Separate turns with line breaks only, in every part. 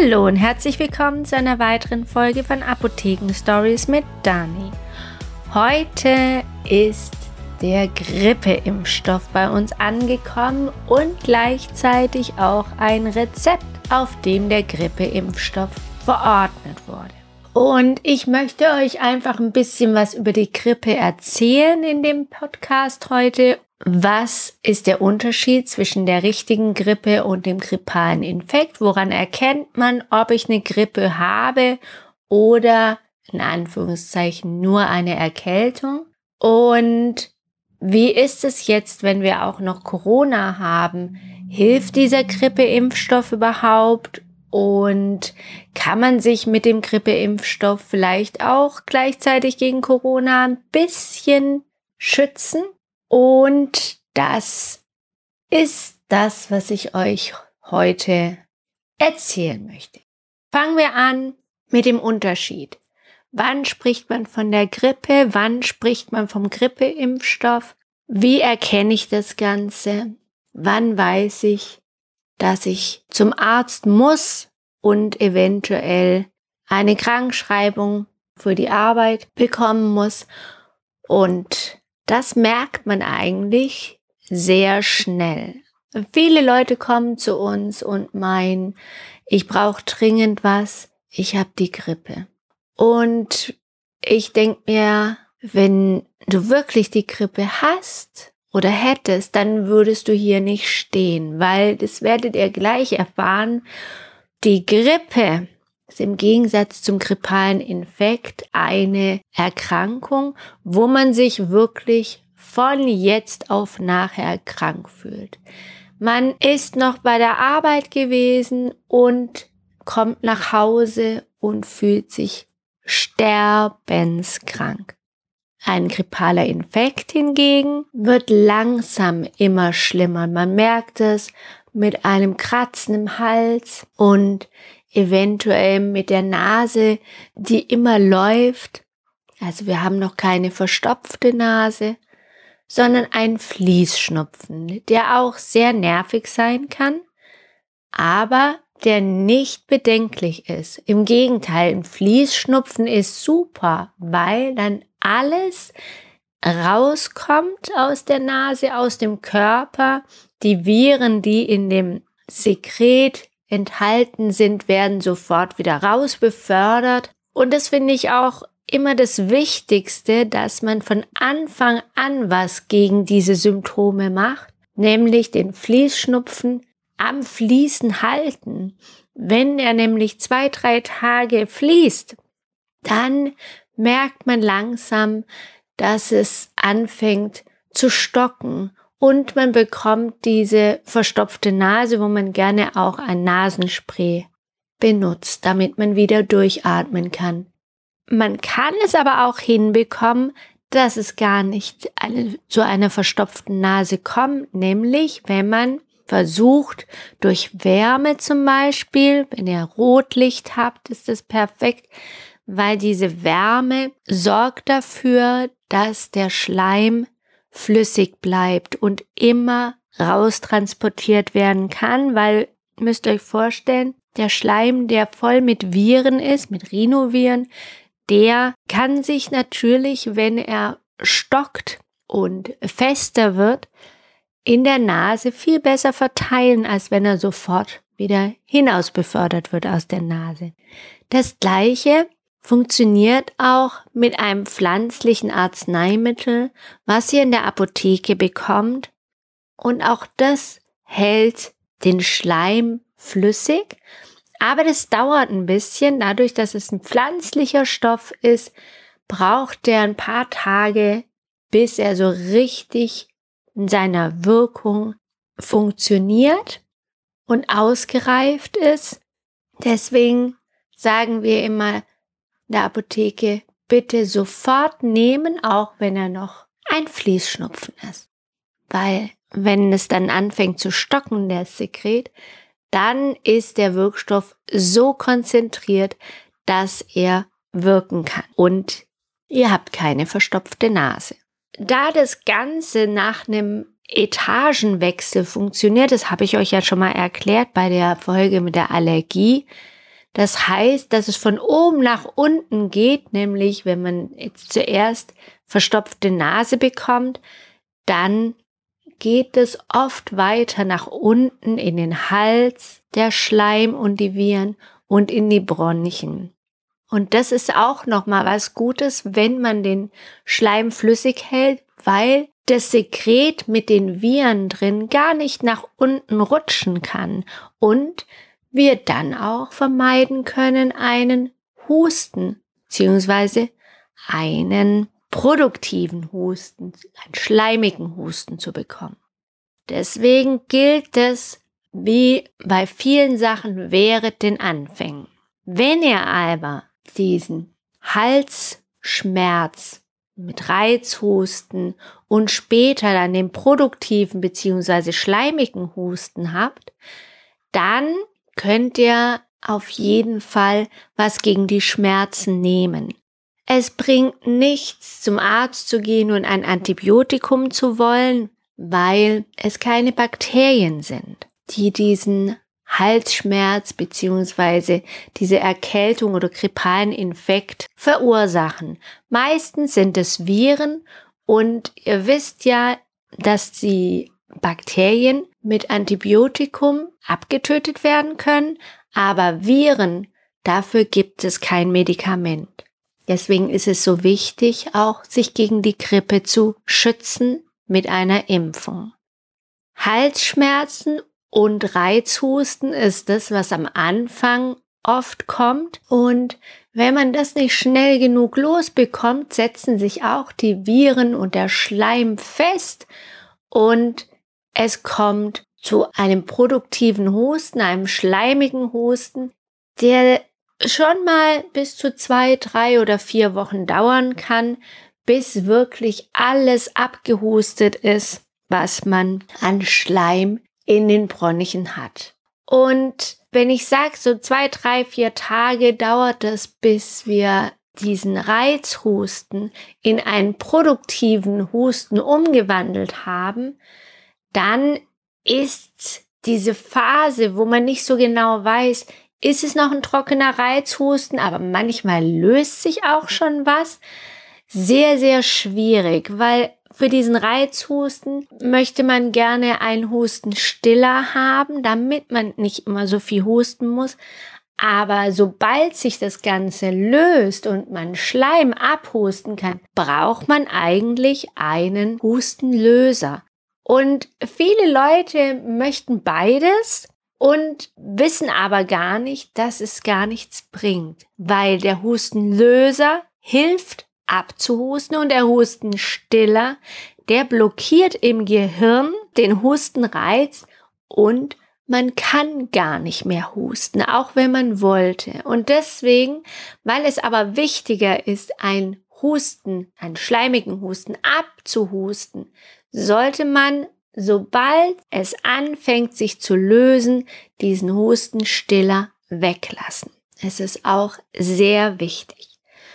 Hallo und herzlich willkommen zu einer weiteren Folge von Apotheken Stories mit Dani. Heute ist der Grippeimpfstoff bei uns angekommen und gleichzeitig auch ein Rezept, auf dem der Grippeimpfstoff verordnet wurde. Und ich möchte euch einfach ein bisschen was über die Grippe erzählen in dem Podcast heute. Was ist der Unterschied zwischen der richtigen Grippe und dem grippalen Infekt? Woran erkennt man, ob ich eine Grippe habe oder in Anführungszeichen nur eine Erkältung? Und wie ist es jetzt, wenn wir auch noch Corona haben? Hilft dieser Grippeimpfstoff überhaupt? Und kann man sich mit dem Grippeimpfstoff vielleicht auch gleichzeitig gegen Corona ein bisschen schützen? Und das ist das, was ich euch heute erzählen möchte. Fangen wir an mit dem Unterschied. Wann spricht man von der Grippe? Wann spricht man vom Grippeimpfstoff? Wie erkenne ich das Ganze? Wann weiß ich, dass ich zum Arzt muss und eventuell eine Krankschreibung für die Arbeit bekommen muss? Und das merkt man eigentlich sehr schnell. Viele Leute kommen zu uns und meinen, ich brauche dringend was, ich habe die Grippe. Und ich denke mir, wenn du wirklich die Grippe hast oder hättest, dann würdest du hier nicht stehen, weil das werdet ihr gleich erfahren. Die Grippe ist im Gegensatz zum grippalen Infekt eine Erkrankung, wo man sich wirklich von jetzt auf nachher krank fühlt. Man ist noch bei der Arbeit gewesen und kommt nach Hause und fühlt sich sterbenskrank. Ein grippaler Infekt hingegen wird langsam immer schlimmer. Man merkt es mit einem Kratzen im Hals und eventuell mit der Nase, die immer läuft. Also wir haben noch keine verstopfte Nase, sondern einen Fließschnupfen, der auch sehr nervig sein kann, aber der nicht bedenklich ist. Im Gegenteil, ein Fließschnupfen ist super, weil dann alles rauskommt aus der Nase, aus dem Körper. Die Viren, die in dem Sekret enthalten sind, werden sofort wieder raus befördert. Und das finde ich auch immer das Wichtigste, dass man von Anfang an was gegen diese Symptome macht, nämlich den Fließschnupfen am Fließen halten. Wenn er nämlich 2-3 Tage fließt, dann merkt man langsam, dass es anfängt zu stocken. Und man bekommt diese verstopfte Nase, wo man gerne auch ein Nasenspray benutzt, damit man wieder durchatmen kann. Man kann es aber auch hinbekommen, dass es gar nicht zu einer verstopften Nase kommt, nämlich wenn man versucht, durch Wärme zum Beispiel, wenn ihr Rotlicht habt, ist das perfekt, weil diese Wärme sorgt dafür, dass der Schleim flüssig bleibt und immer raustransportiert werden kann, weil, müsst ihr euch vorstellen, der Schleim, der voll mit Viren ist, mit Rhinoviren, der kann sich natürlich, wenn er stockt und fester wird, in der Nase viel besser verteilen, als wenn er sofort wieder hinaus befördert wird aus der Nase. Das Gleiche funktioniert auch mit einem pflanzlichen Arzneimittel, was ihr in der Apotheke bekommt. Und auch das hält den Schleim flüssig. Aber das dauert ein bisschen. Dadurch, dass es ein pflanzlicher Stoff ist, braucht der ein paar Tage, bis er so richtig in seiner Wirkung funktioniert und ausgereift ist. Deswegen sagen wir immer, der Apotheke bitte sofort nehmen, auch wenn er noch ein Fließschnupfen ist. Weil wenn es dann anfängt zu stocken, der Sekret, dann ist der Wirkstoff so konzentriert, dass er wirken kann. Und ihr habt keine verstopfte Nase. Da das Ganze nach einem Etagenwechsel funktioniert, das habe ich euch ja schon mal erklärt bei der Folge mit der Allergie, Das heißt, dass es von oben nach unten geht, nämlich wenn man jetzt zuerst verstopfte Nase bekommt, dann geht es oft weiter nach unten in den Hals, der Schleim und die Viren und in die Bronchien. Und das ist auch nochmal was Gutes, wenn man den Schleim flüssig hält, weil das Sekret mit den Viren drin gar nicht nach unten rutschen kann und wir dann auch vermeiden können, einen Husten bzw. einen produktiven Husten, einen schleimigen Husten zu bekommen. Deswegen gilt es, wie bei vielen Sachen während den Anfängen. Wenn ihr aber diesen Halsschmerz mit Reizhusten und später dann den produktiven bzw. schleimigen Husten habt, dann könnt ihr auf jeden Fall was gegen die Schmerzen nehmen. Es bringt nichts, zum Arzt zu gehen und ein Antibiotikum zu wollen, weil es keine Bakterien sind, die diesen Halsschmerz bzw. diese Erkältung oder grippalen Infekt verursachen. Meistens sind es Viren und ihr wisst ja, dass die Bakterien mit Antibiotikum abgetötet werden können, aber Viren, dafür gibt es kein Medikament. Deswegen ist es so wichtig, auch sich gegen die Grippe zu schützen mit einer Impfung. Halsschmerzen und Reizhusten ist das, was am Anfang oft kommt. Und wenn man das nicht schnell genug losbekommt, setzen sich auch die Viren und der Schleim fest und es kommt zu einem produktiven Husten, einem schleimigen Husten, der schon mal bis zu 2, 3 oder 4 Wochen dauern kann, bis wirklich alles abgehustet ist, was man an Schleim in den Bronchien hat. Und wenn ich sage, so 2, 3, 4 Tage dauert es, bis wir diesen Reizhusten in einen produktiven Husten umgewandelt haben, dann ist diese Phase, wo man nicht so genau weiß, ist es noch ein trockener Reizhusten, aber manchmal löst sich auch schon was, sehr, sehr schwierig, weil für diesen Reizhusten möchte man gerne einen Hustenstiller haben, damit man nicht immer so viel husten muss. Aber sobald sich das Ganze löst und man Schleim abhusten kann, braucht man eigentlich einen Hustenlöser. Und viele Leute möchten beides und wissen aber gar nicht, dass es gar nichts bringt, weil der Hustenlöser hilft abzuhusten und der Hustenstiller, der blockiert im Gehirn den Hustenreiz und man kann gar nicht mehr husten, auch wenn man wollte. Und deswegen, weil es aber wichtiger ist, einen schleimigen Husten abzuhusten, sollte man, sobald es anfängt, sich zu lösen, diesen Hustenstiller weglassen. Es ist auch sehr wichtig.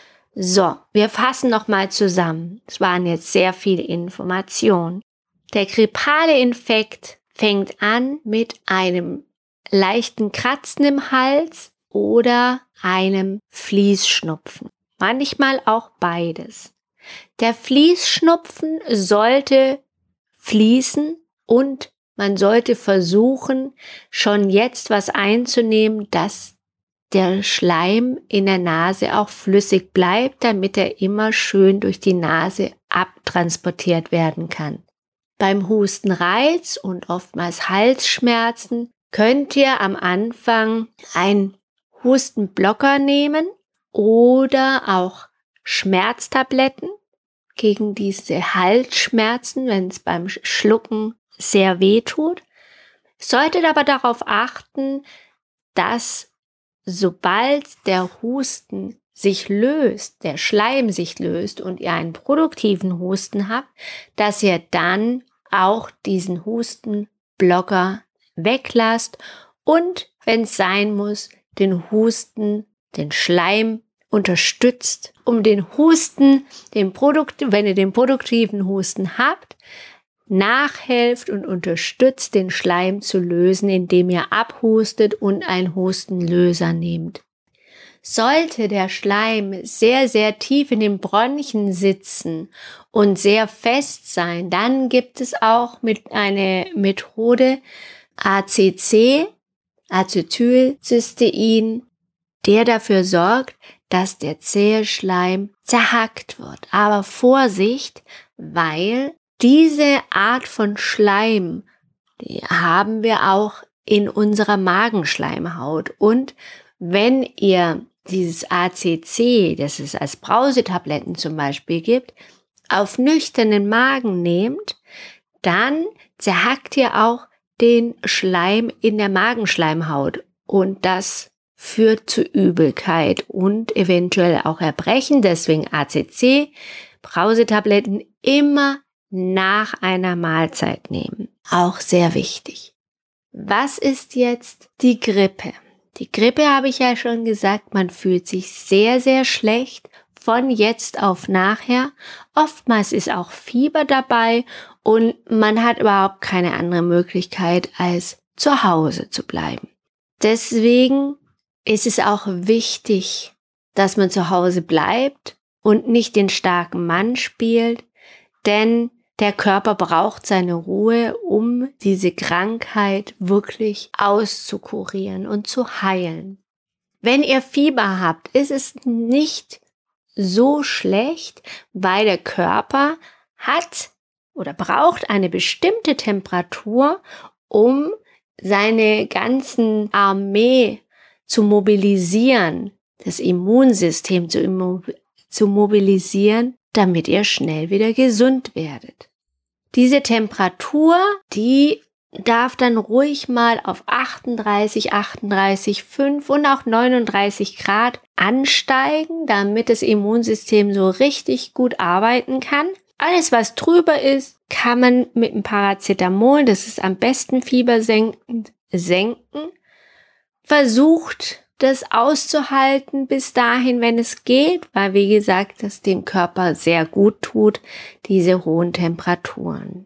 So, wir fassen nochmal zusammen. Es waren jetzt sehr viele Informationen. Der grippale Infekt fängt an mit einem leichten Kratzen im Hals oder einem Fließschnupfen. Manchmal auch beides. Der Fließschnupfen sollte fließen und man sollte versuchen, schon jetzt was einzunehmen, dass der Schleim in der Nase auch flüssig bleibt, damit er immer schön durch die Nase abtransportiert werden kann. Beim Hustenreiz und oftmals Halsschmerzen könnt ihr am Anfang einen Hustenblocker nehmen oder auch Schmerztabletten gegen diese Halsschmerzen, wenn es beim Schlucken sehr weh tut. Solltet aber darauf achten, dass sobald der Husten sich löst, der Schleim sich löst und ihr einen produktiven Husten habt, dass ihr dann auch diesen Hustenblocker weglasst und, wenn es sein muss, den Schleim unterstützt, um den Husten, wenn ihr den produktiven Husten habt, nachhelft und unterstützt, den Schleim zu lösen, indem ihr abhustet und einen Hustenlöser nehmt. Sollte der Schleim sehr, sehr tief in den Bronchien sitzen und sehr fest sein, dann gibt es auch mit einer Methode ACC, Acetylcystein, der dafür sorgt, dass der zähe Schleim zerhackt wird. Aber Vorsicht, weil diese Art von Schleim, die haben wir auch in unserer Magenschleimhaut. Und wenn ihr dieses ACC, das es als Brausetabletten zum Beispiel gibt, auf nüchternen Magen nehmt, dann zerhackt ihr auch den Schleim in der Magenschleimhaut und das führt zu Übelkeit und eventuell auch Erbrechen. Deswegen ACC, Brausetabletten immer nach einer Mahlzeit nehmen. Auch sehr wichtig. Was ist jetzt die Grippe? Die Grippe habe ich ja schon gesagt, man fühlt sich sehr, sehr schlecht von jetzt auf nachher. Oftmals ist auch Fieber dabei und man hat überhaupt keine andere Möglichkeit, als zu Hause zu bleiben. Deswegen ist es auch wichtig, dass man zu Hause bleibt und nicht den starken Mann spielt, denn der Körper braucht seine Ruhe, um diese Krankheit wirklich auszukurieren und zu heilen. Wenn ihr Fieber habt, ist es nicht so schlecht, weil der Körper hat oder braucht eine bestimmte Temperatur, um seine ganzen Armee zu mobilisieren, das Immunsystem zu mobilisieren, damit ihr schnell wieder gesund werdet. Diese Temperatur, die darf dann ruhig mal auf 38, 38,5 und auch 39 Grad ansteigen, damit das Immunsystem so richtig gut arbeiten kann. Alles, was drüber ist, kann man mit dem Paracetamol, das ist am besten fiebersenkend, senken. Versucht, das auszuhalten bis dahin, wenn es geht, weil, wie gesagt, das dem Körper sehr gut tut, diese hohen Temperaturen.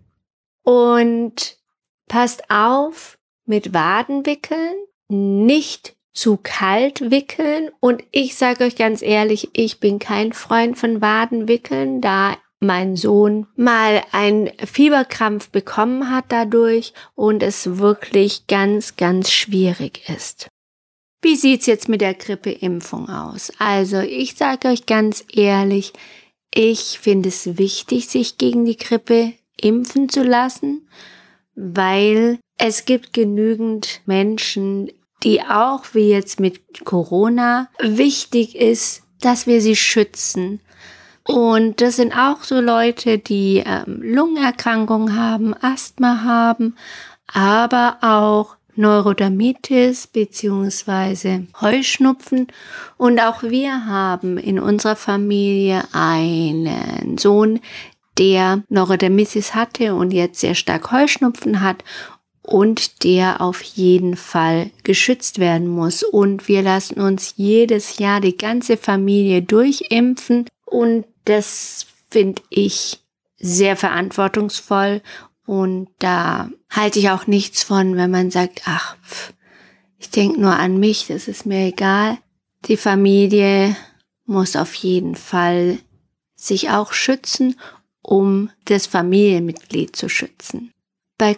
Und passt auf mit Wadenwickeln, nicht zu kalt wickeln. Und ich sage euch ganz ehrlich, ich bin kein Freund von Wadenwickeln, da mein Sohn mal einen Fieberkrampf bekommen hat dadurch und es wirklich ganz, ganz schwierig ist. Wie sieht's jetzt mit der Grippeimpfung aus? Also ich sage euch ganz ehrlich, ich finde es wichtig, sich gegen die Grippe impfen zu lassen, weil es gibt genügend Menschen, die auch wie jetzt mit Corona wichtig ist, dass wir sie schützen. Und das sind auch so Leute, die Lungenerkrankungen haben, Asthma haben, aber auch Neurodermitis bzw. Heuschnupfen. Und auch wir haben in unserer Familie einen Sohn, der Neurodermitis hatte und jetzt sehr stark Heuschnupfen hat und der auf jeden Fall geschützt werden muss. Und wir lassen uns jedes Jahr die ganze Familie durchimpfen und das finde ich sehr verantwortungsvoll. Und da halte ich auch nichts von, wenn man sagt, ach, ich denke nur an mich, das ist mir egal. Die Familie muss auf jeden Fall sich auch schützen, um das Familienmitglied zu schützen. Bei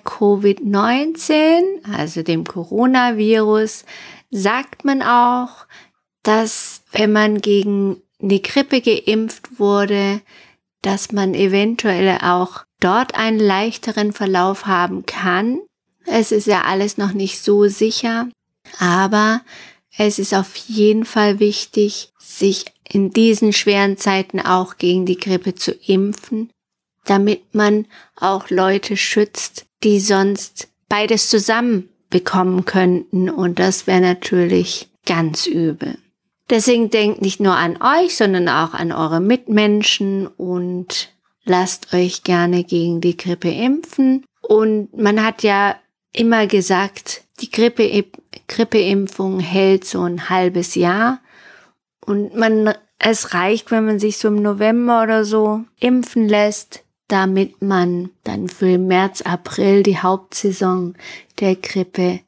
Covid-19, also dem Coronavirus, sagt man auch, dass wenn man gegen die Grippe geimpft wurde, dass man eventuell auch dort einen leichteren Verlauf haben kann. Es ist ja alles noch nicht so sicher, aber es ist auf jeden Fall wichtig, sich in diesen schweren Zeiten auch gegen die Grippe zu impfen, damit man auch Leute schützt, die sonst beides zusammen bekommen könnten und das wäre natürlich ganz übel. Deswegen denkt nicht nur an euch, sondern auch an eure Mitmenschen und lasst euch gerne gegen die Grippe impfen. Und man hat ja immer gesagt, die Grippeimpfung hält so ein halbes Jahr. Und es reicht, wenn man sich so im November oder so impfen lässt, damit man dann für März, April, die Hauptsaison der Grippe,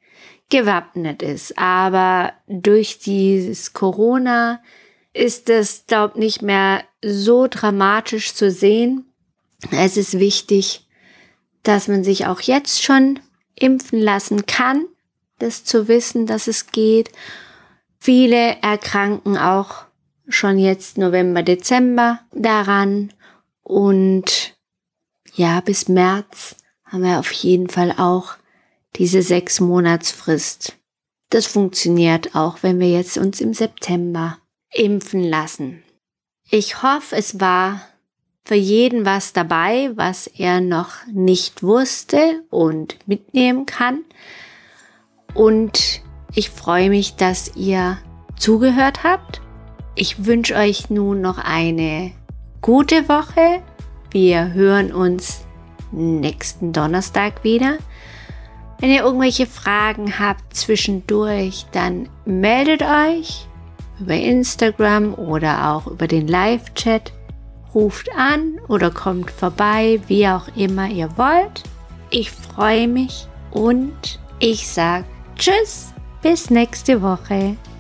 gewappnet ist. Aber durch dieses Corona ist es, glaube ich, nicht mehr so dramatisch zu sehen. Es ist wichtig, dass man sich auch jetzt schon impfen lassen kann, das zu wissen, dass es geht. Viele erkranken auch schon jetzt November, Dezember daran. Und ja, bis März haben wir auf jeden Fall auch diese 6-Monatsfrist. Das funktioniert auch, wenn wir jetzt uns im September impfen lassen. Ich hoffe, es war für jeden was dabei, was er noch nicht wusste und mitnehmen kann. Und ich freue mich, dass ihr zugehört habt. Ich wünsche euch nun noch eine gute Woche. Wir hören uns nächsten Donnerstag wieder. Wenn ihr irgendwelche Fragen habt zwischendurch, dann meldet euch über Instagram oder auch über den Live-Chat. Ruft an oder kommt vorbei, wie auch immer ihr wollt. Ich freue mich und ich sage Tschüss, bis nächste Woche.